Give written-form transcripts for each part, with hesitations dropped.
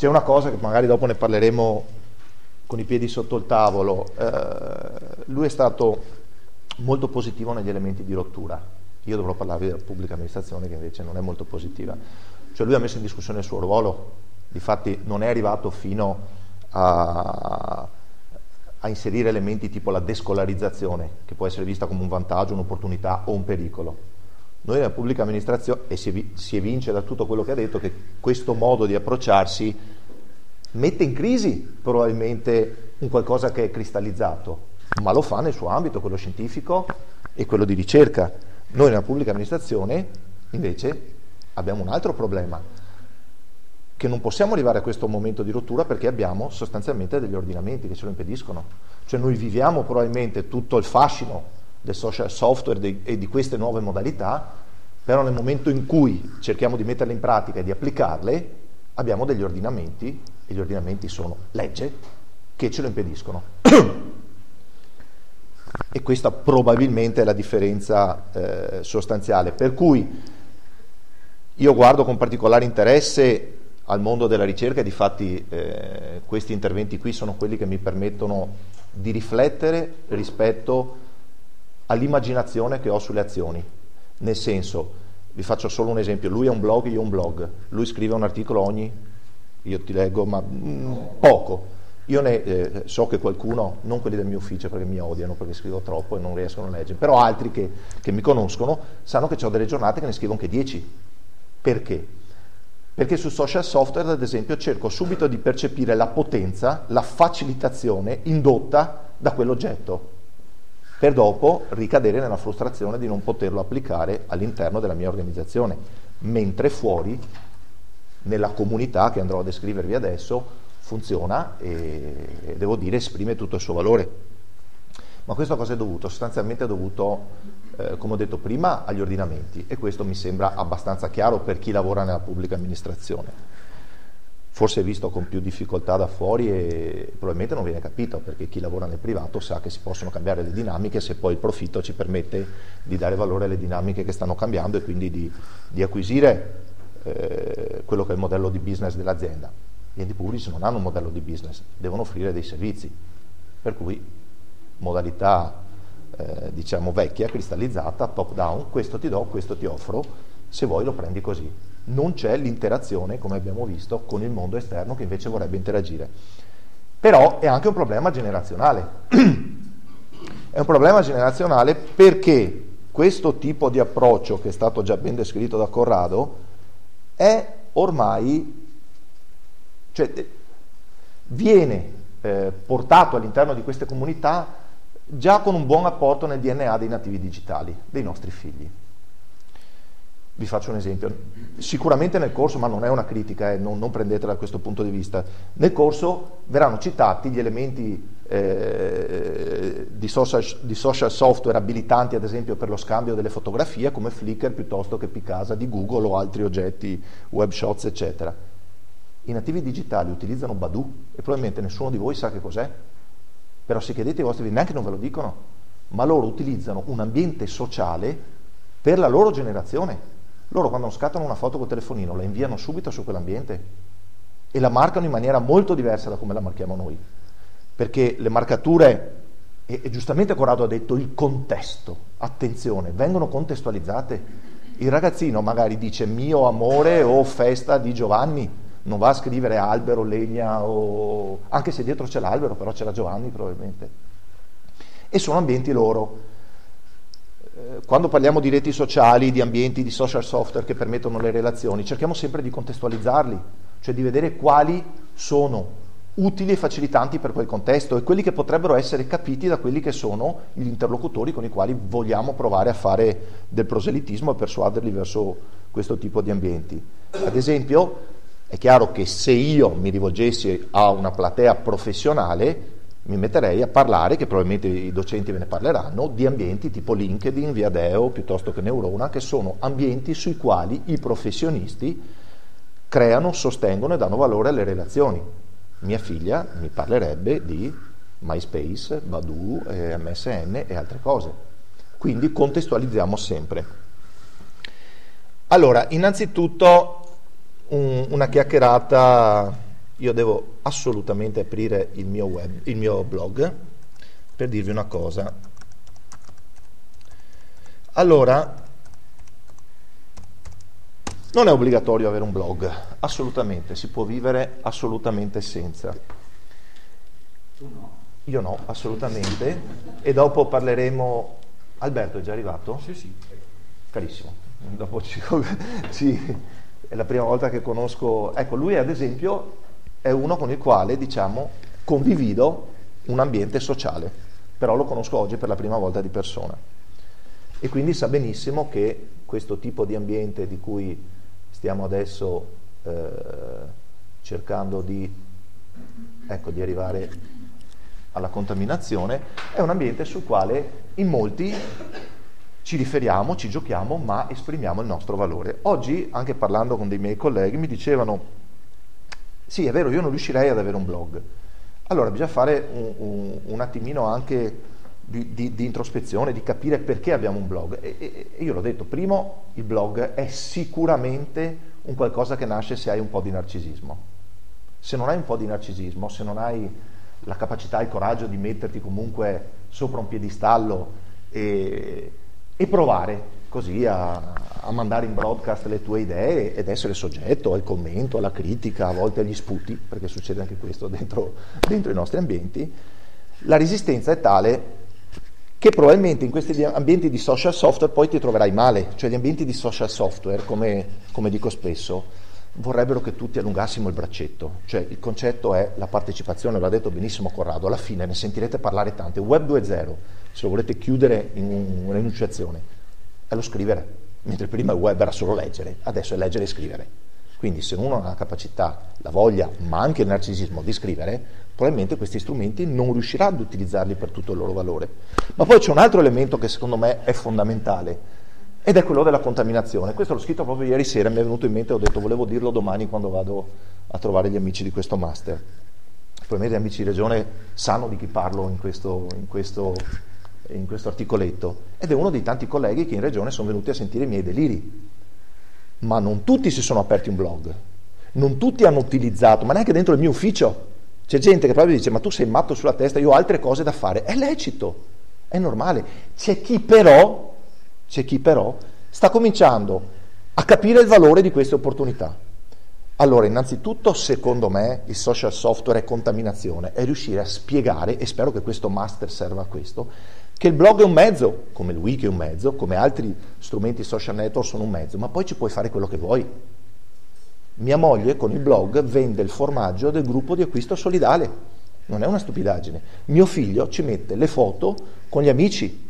C'è una cosa che magari dopo ne parleremo con i piedi sotto il tavolo. Lui è stato molto positivo negli elementi di rottura. Io dovrò parlarvi della pubblica amministrazione, che invece non è molto positiva. Cioè lui ha messo in discussione il suo ruolo, difatti non è arrivato fino a inserire elementi tipo la descolarizzazione, che può essere vista come un vantaggio, un'opportunità o un pericolo. Noi nella pubblica amministrazione, e si evince da tutto quello che ha detto, che questo modo di approcciarsi mette in crisi probabilmente un qualcosa che è cristallizzato, ma lo fa nel suo ambito, quello scientifico e quello di ricerca. Noi nella pubblica amministrazione invece abbiamo un altro problema, che non possiamo arrivare a questo momento di rottura perché abbiamo sostanzialmente degli ordinamenti che ce lo impediscono. Cioè noi viviamo probabilmente tutto il fascino del social software e di queste nuove modalità, però nel momento in cui cerchiamo di metterle in pratica e di applicarle abbiamo degli ordinamenti, e gli ordinamenti sono legge, che ce lo impediscono. E questa probabilmente è la differenza sostanziale, per cui io guardo con particolare interesse al mondo della ricerca e difatti questi interventi qui sono quelli che mi permettono di riflettere rispetto all'immaginazione che ho sulle azioni. Nel senso, vi faccio solo un esempio: lui ha un blog, io ho un blog, lui scrive un articolo io ti leggo, ma poco. Io so che qualcuno, non quelli del mio ufficio perché mi odiano perché scrivo troppo e non riescono a leggere, però altri che mi conoscono sanno che ho delle giornate che ne scrivo anche 10. Perché? Perché su social software, ad esempio, cerco subito di percepire la potenza, la facilitazione indotta da quell'oggetto, per dopo ricadere nella frustrazione di non poterlo applicare all'interno della mia organizzazione, mentre fuori, nella comunità che andrò a descrivervi adesso, funziona e devo dire esprime tutto il suo valore. Ma questo a cosa è dovuto? Sostanzialmente è dovuto, come ho detto prima, agli ordinamenti, e questo mi sembra abbastanza chiaro per chi lavora nella pubblica amministrazione. Forse è visto con più difficoltà da fuori e probabilmente non viene capito, perché chi lavora nel privato sa che si possono cambiare le dinamiche se poi il profitto ci permette di dare valore alle dinamiche che stanno cambiando e quindi di acquisire quello che è il modello di business dell'azienda. Gli enti pubblici non hanno un modello di business, devono offrire dei servizi, per cui modalità diciamo vecchia, cristallizzata, top down, questo ti do, questo ti offro, se vuoi lo prendi così. Non c'è l'interazione, come abbiamo visto, con il mondo esterno che invece vorrebbe interagire. Però è anche un problema generazionale. È un problema generazionale perché questo tipo di approccio, che è stato già ben descritto da Corrado, è ormai, cioè viene portato all'interno di queste comunità già con un buon apporto nel DNA dei nativi digitali, dei nostri figli. Vi faccio un esempio, sicuramente nel corso, ma non è una critica, non prendetela da questo punto di vista, nel corso verranno citati gli elementi di social software abilitanti ad esempio per lo scambio delle fotografie come Flickr piuttosto che Picasa di Google o altri oggetti, webshots eccetera. I nativi digitali utilizzano Badoo e probabilmente nessuno di voi sa che cos'è, però se chiedete ai vostri figli neanche non ve lo dicono, ma loro utilizzano un ambiente sociale per la loro generazione. Loro quando scattano una foto col telefonino la inviano subito su quell'ambiente e la marcano in maniera molto diversa da come la marchiamo noi, perché le marcature, e giustamente Corrado ha detto il contesto, attenzione, vengono contestualizzate. Il ragazzino magari dice mio amore o festa di Giovanni, non va a scrivere albero, legna, o anche se dietro c'è l'albero, però c'era Giovanni probabilmente, e sono ambienti loro. Quando parliamo di reti sociali, di ambienti, di social software che permettono le relazioni, cerchiamo sempre di contestualizzarli, cioè di vedere quali sono utili e facilitanti per quel contesto e quelli che potrebbero essere capiti da quelli che sono gli interlocutori con i quali vogliamo provare a fare del proselitismo e persuaderli verso questo tipo di ambienti. Ad esempio, è chiaro che se io mi rivolgessi a una platea professionale mi metterei a parlare, che probabilmente i docenti ve ne parleranno, di ambienti tipo LinkedIn, Viadeo, piuttosto che Neurona, che sono ambienti sui quali i professionisti creano, sostengono e danno valore alle relazioni. Mia figlia mi parlerebbe di MySpace, Badoo, MSN e altre cose. Quindi contestualizziamo sempre. Allora, innanzitutto una chiacchierata io devo assolutamente aprire il mio blog per dirvi una cosa. Allora, non è obbligatorio avere un blog, assolutamente, si può vivere assolutamente senza. Tu no? Io no, assolutamente, e dopo parleremo... Alberto è già arrivato? Sì. Carissimo, dopo è la prima volta che conosco... Ecco, lui ad esempio è uno con il quale, diciamo, condivido un ambiente sociale, però lo conosco oggi per la prima volta di persona. E quindi sa benissimo che questo tipo di ambiente di cui stiamo adesso cercando di arrivare alla contaminazione, è un ambiente sul quale in molti ci riferiamo, ci giochiamo, ma esprimiamo il nostro valore. Oggi, anche parlando con dei miei colleghi, mi dicevano: sì, è vero, io non riuscirei ad avere un blog. Allora bisogna fare un attimino anche di introspezione, di capire perché abbiamo un blog. E io l'ho detto, primo, il blog è sicuramente un qualcosa che nasce se hai un po' di narcisismo. Se non hai un po' di narcisismo, se non hai la capacità, il coraggio di metterti comunque sopra un piedistallo e provare così a mandare in broadcast le tue idee ed essere soggetto al commento, alla critica, a volte agli sputi, perché succede anche questo dentro i nostri ambienti, la resistenza è tale che probabilmente in questi ambienti di social software poi ti troverai male. Cioè gli ambienti di social software, come dico spesso, vorrebbero che tutti allungassimo il braccetto. Cioè il concetto è la partecipazione, l'ha detto benissimo Corrado, alla fine ne sentirete parlare tante. Web 2.0, se lo volete chiudere in un'enunciazione, è lo scrivere, mentre prima il web era solo leggere, adesso è leggere e scrivere. Quindi se uno ha la capacità, la voglia, ma anche il narcisismo di scrivere, probabilmente questi strumenti non riuscirà ad utilizzarli per tutto il loro valore. Ma poi c'è un altro elemento che secondo me è fondamentale, ed è quello della contaminazione. Questo l'ho scritto proprio ieri sera, mi è venuto in mente, ho detto volevo dirlo domani quando vado a trovare gli amici di questo master. Probabilmente gli amici di Regione sanno di chi parlo in questo articoletto, ed è uno dei tanti colleghi che in Regione sono venuti a sentire i miei deliri. Ma non tutti si sono aperti un blog, non tutti hanno utilizzato, ma neanche dentro il mio ufficio. C'è gente che proprio dice: ma tu sei matto sulla testa, io ho altre cose da fare. È lecito, è normale. C'è chi però sta cominciando a capire il valore di queste opportunità. Allora, innanzitutto, secondo me, il social software è contaminazione, è riuscire a spiegare, e spero che questo master serva a questo, che il blog è un mezzo, come il wiki è un mezzo, come altri strumenti social network sono un mezzo, ma poi ci puoi fare quello che vuoi. Mia moglie con il blog vende il formaggio del gruppo di acquisto solidale, non è una stupidaggine. Mio figlio ci mette le foto con gli amici.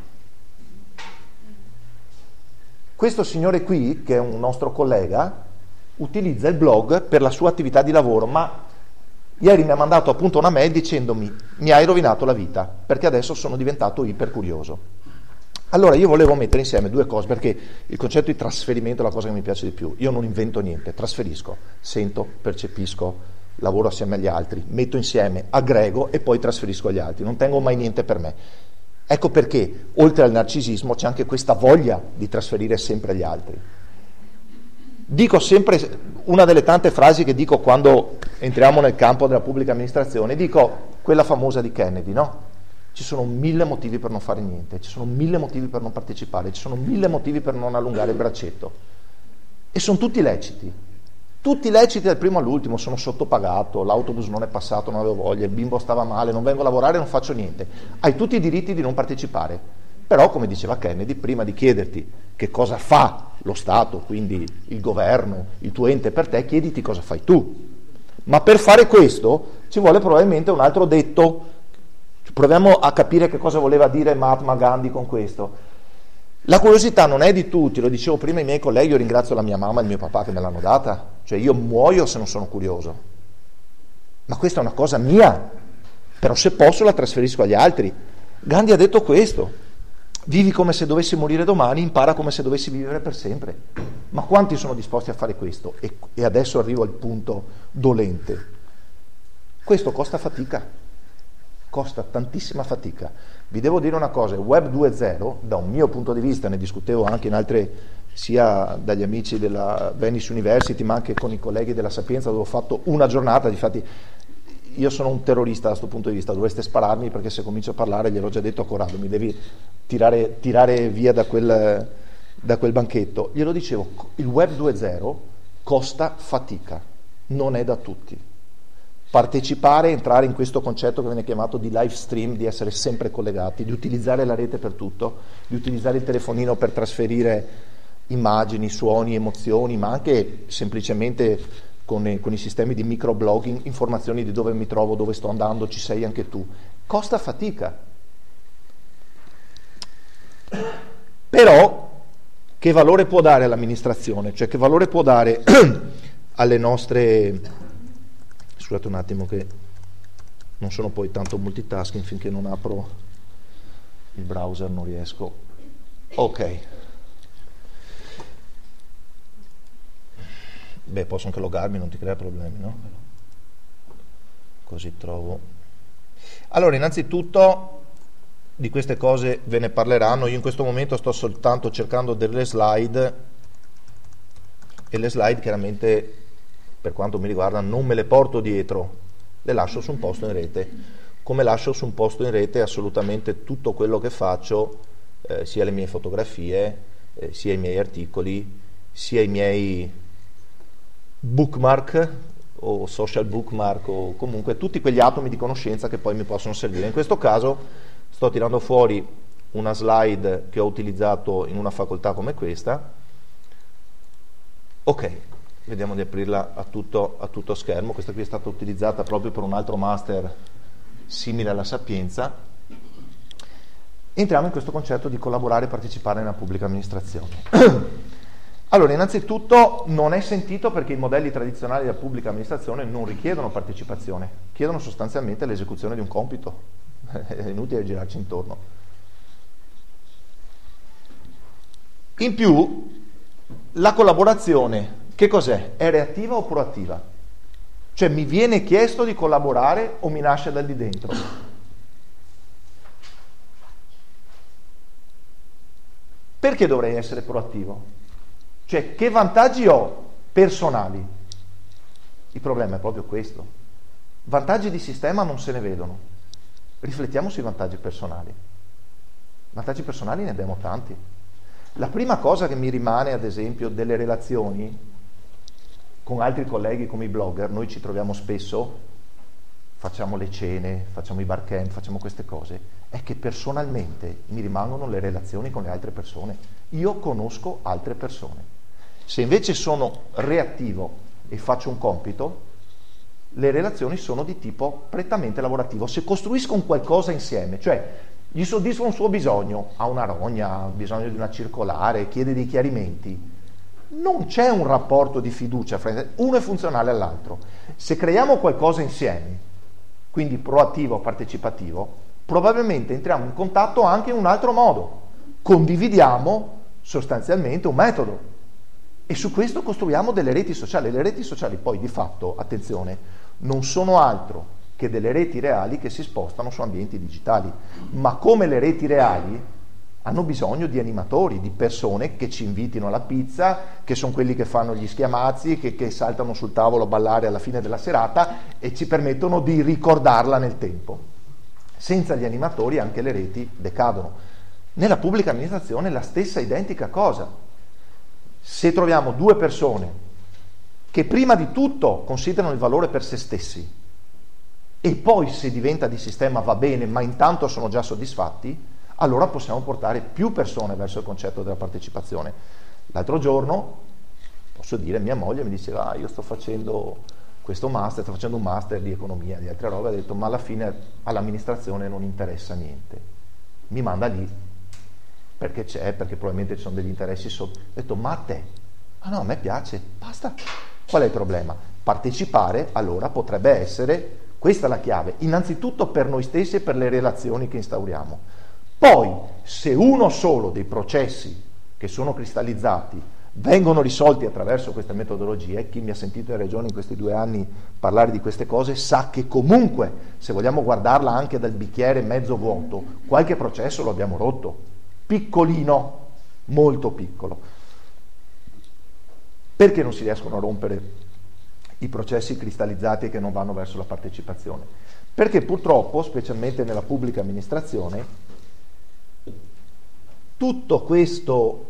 Questo signore qui, che è un nostro collega, utilizza il blog per la sua attività di lavoro, ma ieri mi ha mandato appunto una mail dicendomi: mi hai rovinato la vita, perché adesso sono diventato ipercurioso. Allora io volevo mettere insieme due cose, perché il concetto di trasferimento è la cosa che mi piace di più. Io non invento niente, trasferisco, sento, percepisco, lavoro assieme agli altri, metto insieme, aggrego e poi trasferisco agli altri, non tengo mai niente per me. Ecco perché, oltre al narcisismo, c'è anche questa voglia di trasferire sempre agli altri. Dico sempre, una delle tante frasi che dico quando entriamo nel campo della pubblica amministrazione, dico quella famosa di Kennedy, no? Ci sono 1000 motivi per non fare niente, ci sono 1000 motivi per non partecipare, ci sono 1000 motivi per non allungare il braccetto. E sono tutti leciti dal primo all'ultimo. Sono sottopagato, l'autobus non è passato, non avevo voglia, il bimbo stava male, non vengo a lavorare, non faccio niente. Hai tutti i diritti di non partecipare. Però, come diceva Kennedy, prima di chiederti che cosa fa lo Stato, quindi il governo, il tuo ente per te, chiediti cosa fai tu. Ma per fare questo ci vuole probabilmente un altro detto. Proviamo a capire che cosa voleva dire Mahatma Gandhi con questo. La curiosità non è di tutti, lo dicevo prima ai miei colleghi, io ringrazio la mia mamma e il mio papà che me l'hanno data, cioè io muoio se non sono curioso, ma questa è una cosa mia, però se posso la trasferisco agli altri. Gandhi ha detto questo: vivi come se dovessi morire domani, impara come se dovessi vivere per sempre. Ma quanti sono disposti a fare questo? E adesso arrivo al punto dolente. Questo costa fatica. Costa tantissima fatica. Vi devo dire una cosa: il Web 2.0, da un mio punto di vista, ne discutevo anche in altre sia dagli amici della Venice University ma anche con i colleghi della Sapienza, dove ho fatto una giornata. Difatti io sono un terrorista da questo punto di vista, dovreste spararmi, perché se comincio a parlare, gliel'ho già detto a Corrado, mi devi tirare via da quel banchetto. Glielo dicevo, il web 2.0 costa fatica, non è da tutti. Partecipare, entrare in questo concetto che viene chiamato di live stream, di essere sempre collegati, di utilizzare la rete per tutto, di utilizzare il telefonino per trasferire immagini, suoni, emozioni, ma anche semplicemente con i sistemi di microblogging, informazioni di dove mi trovo, dove sto andando, ci sei anche tu. Costa fatica. Però che valore può dare all'amministrazione? Cioè che valore può dare alle nostre... Scusate un attimo che non sono poi tanto multitasking, finché non apro il browser non riesco. Ok. Beh, posso anche loggarmi, non ti crea problemi, no? Così trovo. Allora, innanzitutto di queste cose ve ne parleranno. Io in questo momento sto soltanto cercando delle slide, e le slide chiaramente, per quanto mi riguarda, non me le porto dietro, le lascio su un posto in rete. Come lascio su un posto in rete assolutamente tutto quello che faccio, sia le mie fotografie, sia i miei articoli, sia i miei bookmark o social bookmark, o comunque tutti quegli atomi di conoscenza che poi mi possono servire. In questo caso sto tirando fuori una slide che ho utilizzato in una facoltà come questa. Ok, vediamo di aprirla a tutto schermo. Questa qui è stata utilizzata proprio per un altro master simile alla Sapienza. Entriamo in questo concetto di collaborare e partecipare nella pubblica amministrazione. Allora, innanzitutto non è sentito, perché i modelli tradizionali della pubblica amministrazione non richiedono partecipazione, chiedono sostanzialmente l'esecuzione di un compito. È inutile girarci intorno. In più, la collaborazione, che cos'è? È reattiva o proattiva? Cioè mi viene chiesto di collaborare o mi nasce da lì dentro? Perché dovrei essere proattivo? Cioè, che vantaggi ho personali? Il problema è proprio questo. Vantaggi di sistema non se ne vedono. Riflettiamo sui vantaggi personali. Vantaggi personali ne abbiamo tanti. La prima cosa che mi rimane, ad esempio, delle relazioni con altri colleghi come i blogger, noi ci troviamo spesso, facciamo le cene, facciamo i barcamp, facciamo queste cose, è che personalmente mi rimangono le relazioni con le altre persone. Io conosco altre persone. Se invece sono reattivo e faccio un compito, le relazioni sono di tipo prettamente lavorativo. Se costruisco un qualcosa insieme, cioè gli soddisfa un suo bisogno, ha una rogna, ha bisogno di una circolare, chiede dei chiarimenti, non c'è un rapporto di fiducia fra uno è funzionale all'altro. Se creiamo qualcosa insieme, quindi proattivo o partecipativo, probabilmente entriamo in contatto anche in un altro modo, condividiamo sostanzialmente un metodo e su questo costruiamo delle reti sociali. Le reti sociali poi di fatto, attenzione, non sono altro che delle reti reali che si spostano su ambienti digitali, ma come le reti reali hanno bisogno di animatori, di persone che ci invitino alla pizza, che sono quelli che fanno gli schiamazzi, che saltano sul tavolo a ballare alla fine della serata e ci permettono di ricordarla nel tempo. Senza gli animatori anche le reti decadono. Nella pubblica amministrazione la stessa identica cosa. Se troviamo due persone che prima di tutto considerano il valore per se stessi e poi se diventa di sistema va bene, ma intanto sono già soddisfatti, allora possiamo portare più persone verso il concetto della partecipazione. L'altro giorno, posso dire, mia moglie mi diceva, io sto facendo questo master, sto facendo un master di economia, di altre robe, ha detto, ma alla fine all'amministrazione non interessa niente. Mi manda lì, perché probabilmente ci sono degli interessi sotto. Ho detto, ma a te? Ah no, a me piace, basta. Qual è il problema? Partecipare, allora, potrebbe essere, questa è la chiave, innanzitutto per noi stessi e per le relazioni che instauriamo. Poi, se uno solo dei processi che sono cristallizzati vengono risolti attraverso queste metodologie, chi mi ha sentito in Regione in questi 2 anni parlare di queste cose sa che comunque, se vogliamo guardarla anche dal bicchiere mezzo vuoto, qualche processo lo abbiamo rotto, piccolino, molto piccolo. Perché non si riescono a rompere i processi cristallizzati che non vanno verso la partecipazione? Perché purtroppo, specialmente nella pubblica amministrazione, tutto questo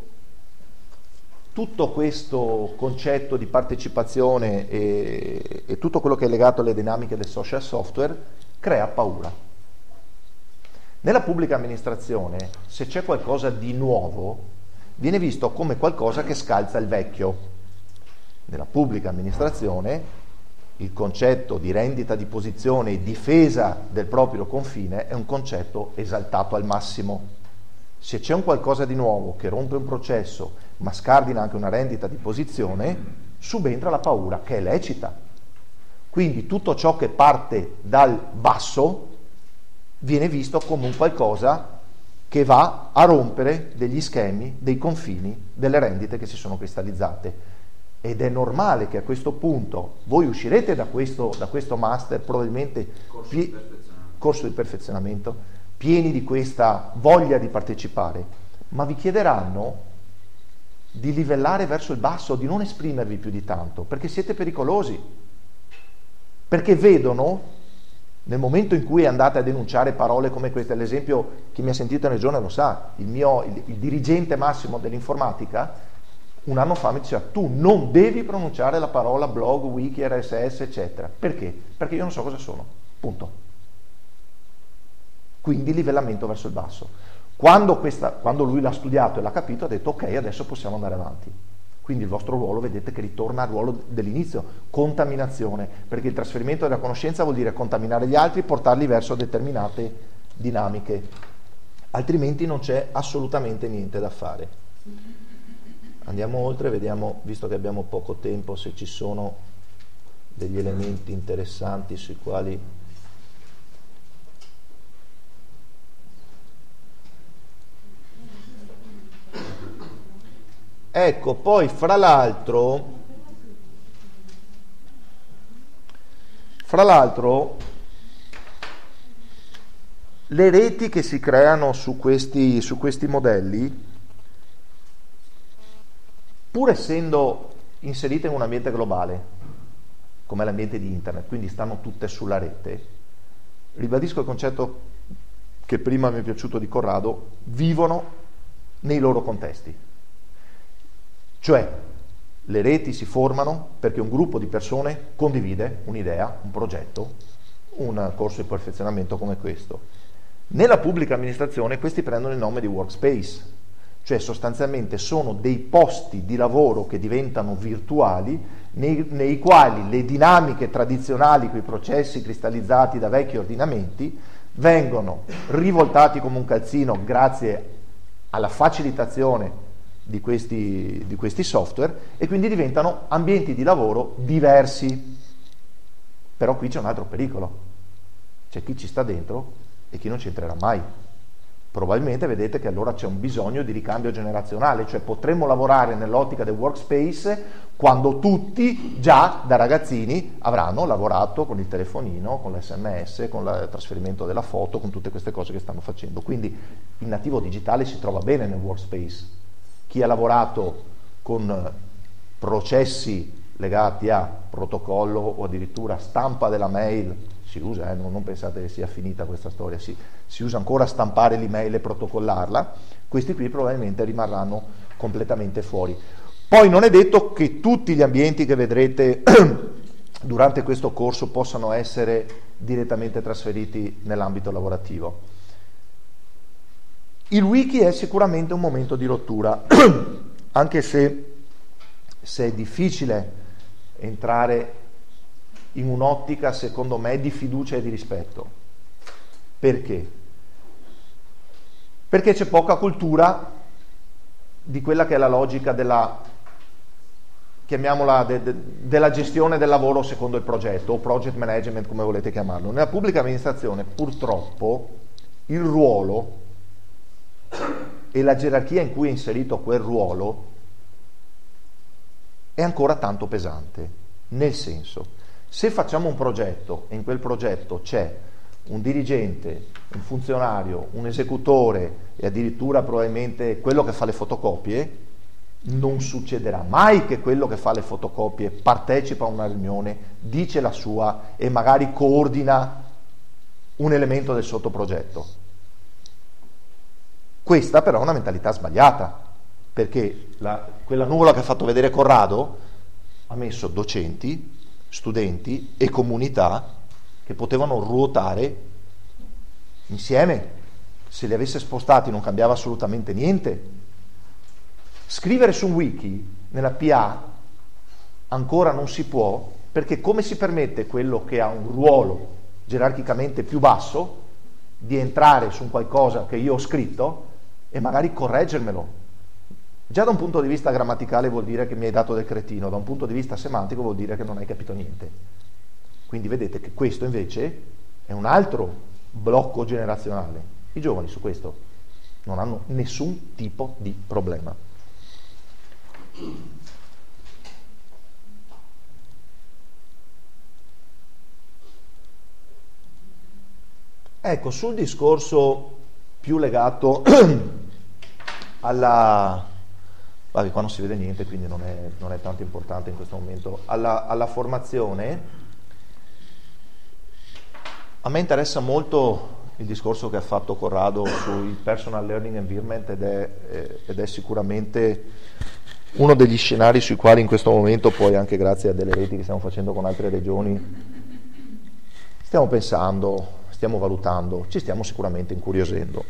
concetto di partecipazione e tutto quello che è legato alle dinamiche del social software crea paura. Nella pubblica amministrazione, se c'è qualcosa di nuovo, viene visto come qualcosa che scalza il vecchio. Nella pubblica amministrazione il concetto di rendita di posizione e difesa del proprio confine è un concetto esaltato al massimo. Se c'è un qualcosa di nuovo che rompe un processo ma scardina anche una rendita di posizione, subentra la paura, che è lecita. Quindi tutto ciò che parte dal basso viene visto come un qualcosa che va a rompere degli schemi, dei confini, delle rendite che si sono cristallizzate. Ed è normale che a questo punto voi uscirete da questo master, probabilmente corso di perfezionamento, pieni di questa voglia di partecipare, ma vi chiederanno di livellare verso il basso, di non esprimervi più di tanto, perché siete pericolosi, perché vedono, nel momento in cui andate a denunciare parole come queste, l'esempio, chi mi ha sentito in regione lo sa, il dirigente massimo dell'informatica un anno fa mi diceva: tu non devi pronunciare la parola blog, wiki, RSS, eccetera. Perché? Perché io non so cosa sono, punto. Quindi livellamento verso il basso. Quando lui l'ha studiato e l'ha capito, ha detto: ok, adesso possiamo andare avanti. Quindi il vostro ruolo, vedete che ritorna al ruolo dell'inizio, contaminazione, perché il trasferimento della conoscenza vuol dire contaminare gli altri, portarli verso determinate dinamiche, altrimenti non c'è assolutamente niente da fare. Andiamo oltre, vediamo, visto che abbiamo poco tempo, se ci sono degli elementi interessanti sui quali ecco. Poi fra l'altro le reti che si creano su questi modelli, pur essendo inserite in un ambiente globale, come l'ambiente di internet, quindi stanno tutte sulla rete, ribadisco il concetto che prima mi è piaciuto di Corrado, vivono nei loro contesti. Cioè, le reti si formano perché un gruppo di persone condivide un'idea, un progetto, un corso di perfezionamento come questo. Nella pubblica amministrazione questi prendono il nome di workspace, cioè sostanzialmente sono dei posti di lavoro che diventano virtuali, nei quali le dinamiche tradizionali, quei processi cristallizzati da vecchi ordinamenti, vengono rivoltati come un calzino grazie alla facilitazione di questi software, e quindi diventano ambienti di lavoro diversi. Però qui c'è un altro pericolo: c'è chi ci sta dentro e chi non ci entrerà mai. Probabilmente vedete che allora c'è un bisogno di ricambio generazionale, cioè potremmo lavorare nell'ottica del workspace quando tutti già da ragazzini avranno lavorato con il telefonino, con l'SMS, con il trasferimento della foto, con tutte queste cose che stanno facendo. Quindi il nativo digitale si trova bene nel workspace. Chi ha lavorato con processi legati a protocollo o addirittura stampa della mail, si usa, non pensate che sia finita questa storia, si usa ancora stampare l'email e protocollarla, questi qui probabilmente rimarranno completamente fuori. Poi non è detto che tutti gli ambienti che vedrete durante questo corso possano essere direttamente trasferiti nell'ambito lavorativo. Il wiki è sicuramente un momento di rottura, anche se è difficile entrare in un'ottica, secondo me, di fiducia e di rispetto. Perché? Perché c'è poca cultura di quella che è la logica della, chiamiamola, della gestione del lavoro secondo il progetto, o project management, come volete chiamarlo. Nella pubblica amministrazione, purtroppo, il ruolo e la gerarchia in cui è inserito quel ruolo è ancora tanto pesante, nel senso, se facciamo un progetto e in quel progetto c'è un dirigente, un funzionario, un esecutore e addirittura probabilmente quello che fa le fotocopie, Non succederà mai che quello che fa le fotocopie partecipa a una riunione, dice la sua e magari coordina un elemento del sottoprogetto. Questa però è una mentalità sbagliata, perché quella nuvola che ha fatto vedere Corrado ha messo docenti, studenti e comunità che potevano ruotare insieme. Se li avesse spostati non cambiava assolutamente niente. Scrivere su un wiki nella PA ancora non si può, perché come si permette quello che ha un ruolo gerarchicamente più basso di entrare su qualcosa che io ho scritto e magari correggermelo? Già da un punto di vista grammaticale vuol dire che mi hai dato del cretino, da un punto di vista semantico vuol dire che non hai capito niente. Quindi vedete che questo invece è un altro blocco generazionale. I giovani su questo non hanno nessun tipo di problema. Ecco, sul discorso più legato alla... Vabbè, qua non si vede niente, quindi non è tanto importante in questo momento. Alla formazione, a me interessa molto il discorso che ha fatto Corrado sul personal learning environment ed è sicuramente uno degli scenari sui quali in questo momento, poi anche grazie a delle reti che stiamo facendo con altre regioni, stiamo pensando, stiamo valutando, ci stiamo sicuramente incuriosendo.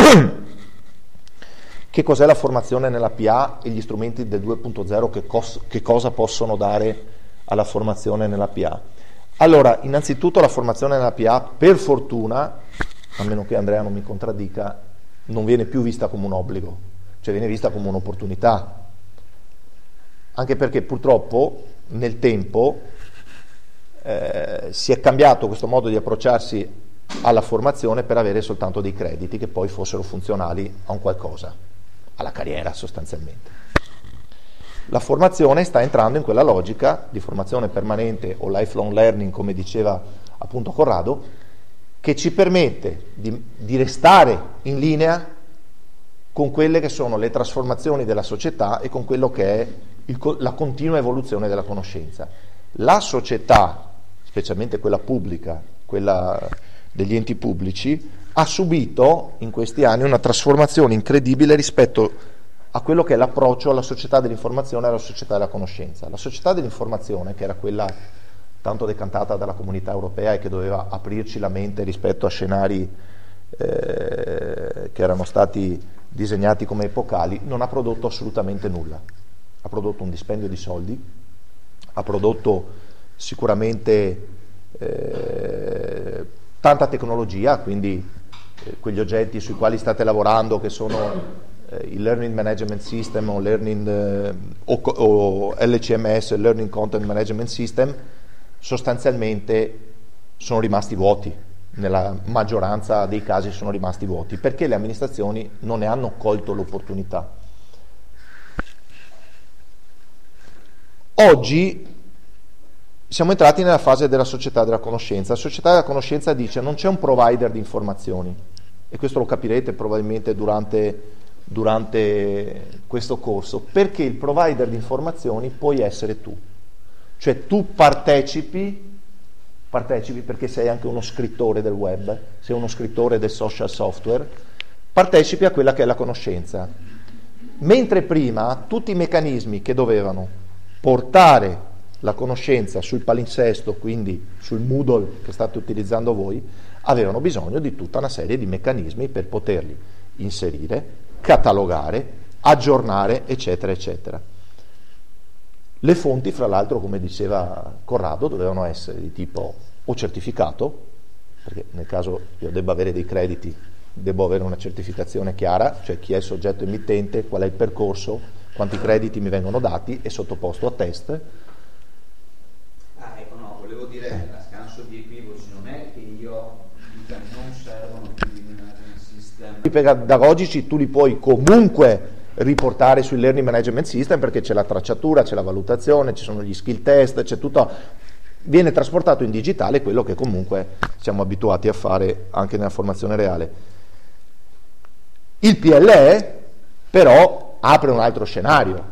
Che cos'è la formazione nella PA e gli strumenti del 2.0 che cosa possono dare alla formazione nella PA? Allora, innanzitutto la formazione nella PA, per fortuna, a meno che Andrea non mi contraddica, non viene più vista come un obbligo, cioè viene vista come un'opportunità. Anche perché purtroppo nel tempo si è cambiato questo modo di approcciarsi alla formazione per avere soltanto dei crediti che poi fossero funzionali a un qualcosa, alla carriera sostanzialmente. La formazione sta entrando in quella logica di formazione permanente o lifelong learning, come diceva appunto Corrado, che ci permette di restare in linea con quelle che sono le trasformazioni della società e con quello che è la continua evoluzione della conoscenza. La società, specialmente quella pubblica, quella degli enti pubblici, ha subito in questi anni una trasformazione incredibile rispetto a quello che è l'approccio alla società dell'informazione e alla società della conoscenza. La società dell'informazione, che era quella tanto decantata dalla comunità europea e che doveva aprirci la mente rispetto a scenari che erano stati disegnati come epocali, non ha prodotto assolutamente nulla. Ha prodotto un dispendio di soldi, ha prodotto sicuramente tanta tecnologia, quindi quegli oggetti sui quali state lavorando, che sono il Learning Management System o LCMS, Learning Content Management System, sostanzialmente sono rimasti vuoti. Nella maggioranza dei casi sono rimasti vuoti, perché le amministrazioni non ne hanno colto l'opportunità. Oggi siamo entrati nella fase della società della conoscenza. La società della conoscenza dice: non c'è un provider di informazioni, e questo lo capirete probabilmente durante questo corso, perché il provider di informazioni puoi essere tu, cioè tu partecipi perché sei anche uno scrittore del web, sei uno scrittore del social software, partecipi a quella che è la conoscenza. Mentre prima tutti i meccanismi che dovevano portare la conoscenza sul palinsesto, quindi sul Moodle che state utilizzando voi, avevano bisogno di tutta una serie di meccanismi per poterli inserire, catalogare, aggiornare, eccetera, eccetera. Le fonti, fra l'altro, come diceva Corrado, dovevano essere di tipo o certificato, perché nel caso io debba avere dei crediti, devo avere una certificazione chiara, cioè chi è il soggetto emittente, qual è il percorso, quanti crediti mi vengono dati e sottoposto a test. Ecco, no, volevo dire, a scanso di equivoci, non è che io dica non servono più i management system. I pedagogici tu li puoi comunque riportare sul Learning Management System, perché c'è la tracciatura, c'è la valutazione, ci sono gli skill test, c'è tutto, viene trasportato in digitale quello che comunque siamo abituati a fare anche nella formazione reale. Il PLE però apre un altro scenario,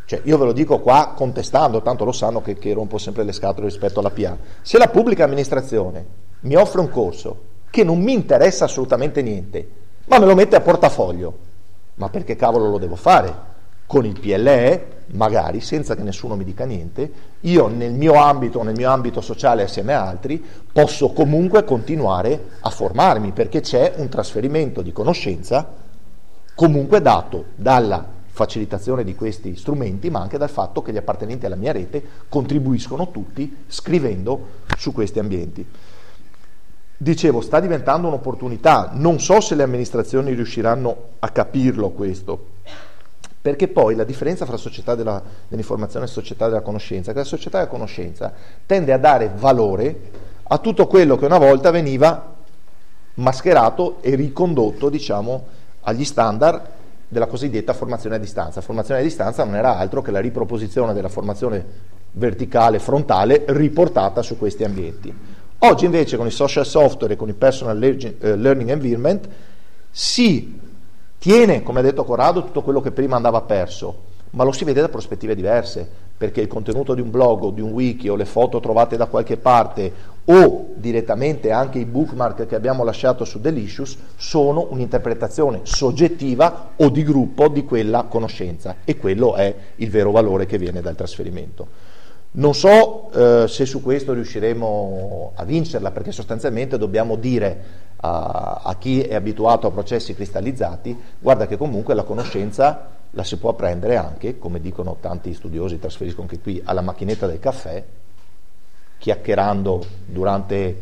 Cioè, io ve lo dico qua contestando, tanto lo sanno che rompo sempre le scatole rispetto alla PA. Se la pubblica amministrazione mi offre un corso che non mi interessa assolutamente niente, ma me lo mette a portafoglio, ma perché cavolo lo devo fare? Con il PLE, magari, senza che nessuno mi dica niente, io nel mio ambito sociale assieme a altri, posso comunque continuare a formarmi, perché c'è un trasferimento di conoscenza comunque dato dalla facilitazione di questi strumenti, ma anche dal fatto che gli appartenenti alla mia rete contribuiscono tutti scrivendo su questi ambienti. Dicevo, sta diventando un'opportunità, non so se le amministrazioni riusciranno a capirlo questo, perché poi la differenza fra società dell'informazione e società della conoscenza è che la società della conoscenza tende a dare valore a tutto quello che una volta veniva mascherato e ricondotto, diciamo, agli standard della cosiddetta formazione a distanza. Formazione a distanza non era altro che la riproposizione della formazione verticale, frontale, riportata su questi ambienti. Oggi invece con i social software e con il personal learning environment si tiene, come ha detto Corrado, tutto quello che prima andava perso, ma lo si vede da prospettive diverse, perché il contenuto di un blog o di un wiki o le foto trovate da qualche parte o direttamente anche i bookmark che abbiamo lasciato su Delicious sono un'interpretazione soggettiva o di gruppo di quella conoscenza, e quello è il vero valore che viene dal trasferimento. Non so se su questo riusciremo a vincerla, perché sostanzialmente dobbiamo dire a chi è abituato a processi cristallizzati: guarda che comunque la conoscenza la si può apprendere anche, come dicono tanti studiosi, trasferisco anche qui, alla macchinetta del caffè, chiacchierando durante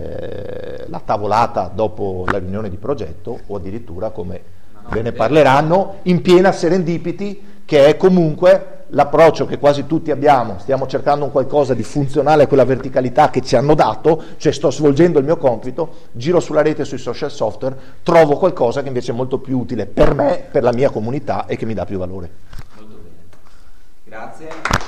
la tavolata dopo la riunione di progetto, o addirittura, come ve ne parleranno, in piena serendipity, che è comunque l'approccio che quasi tutti abbiamo. Stiamo cercando un qualcosa di funzionale a quella verticalità che ci hanno dato, cioè sto svolgendo il mio compito, giro sulla rete, sui social software, trovo qualcosa che invece è molto più utile per me, per la mia comunità, e che mi dà più valore. Molto bene, grazie.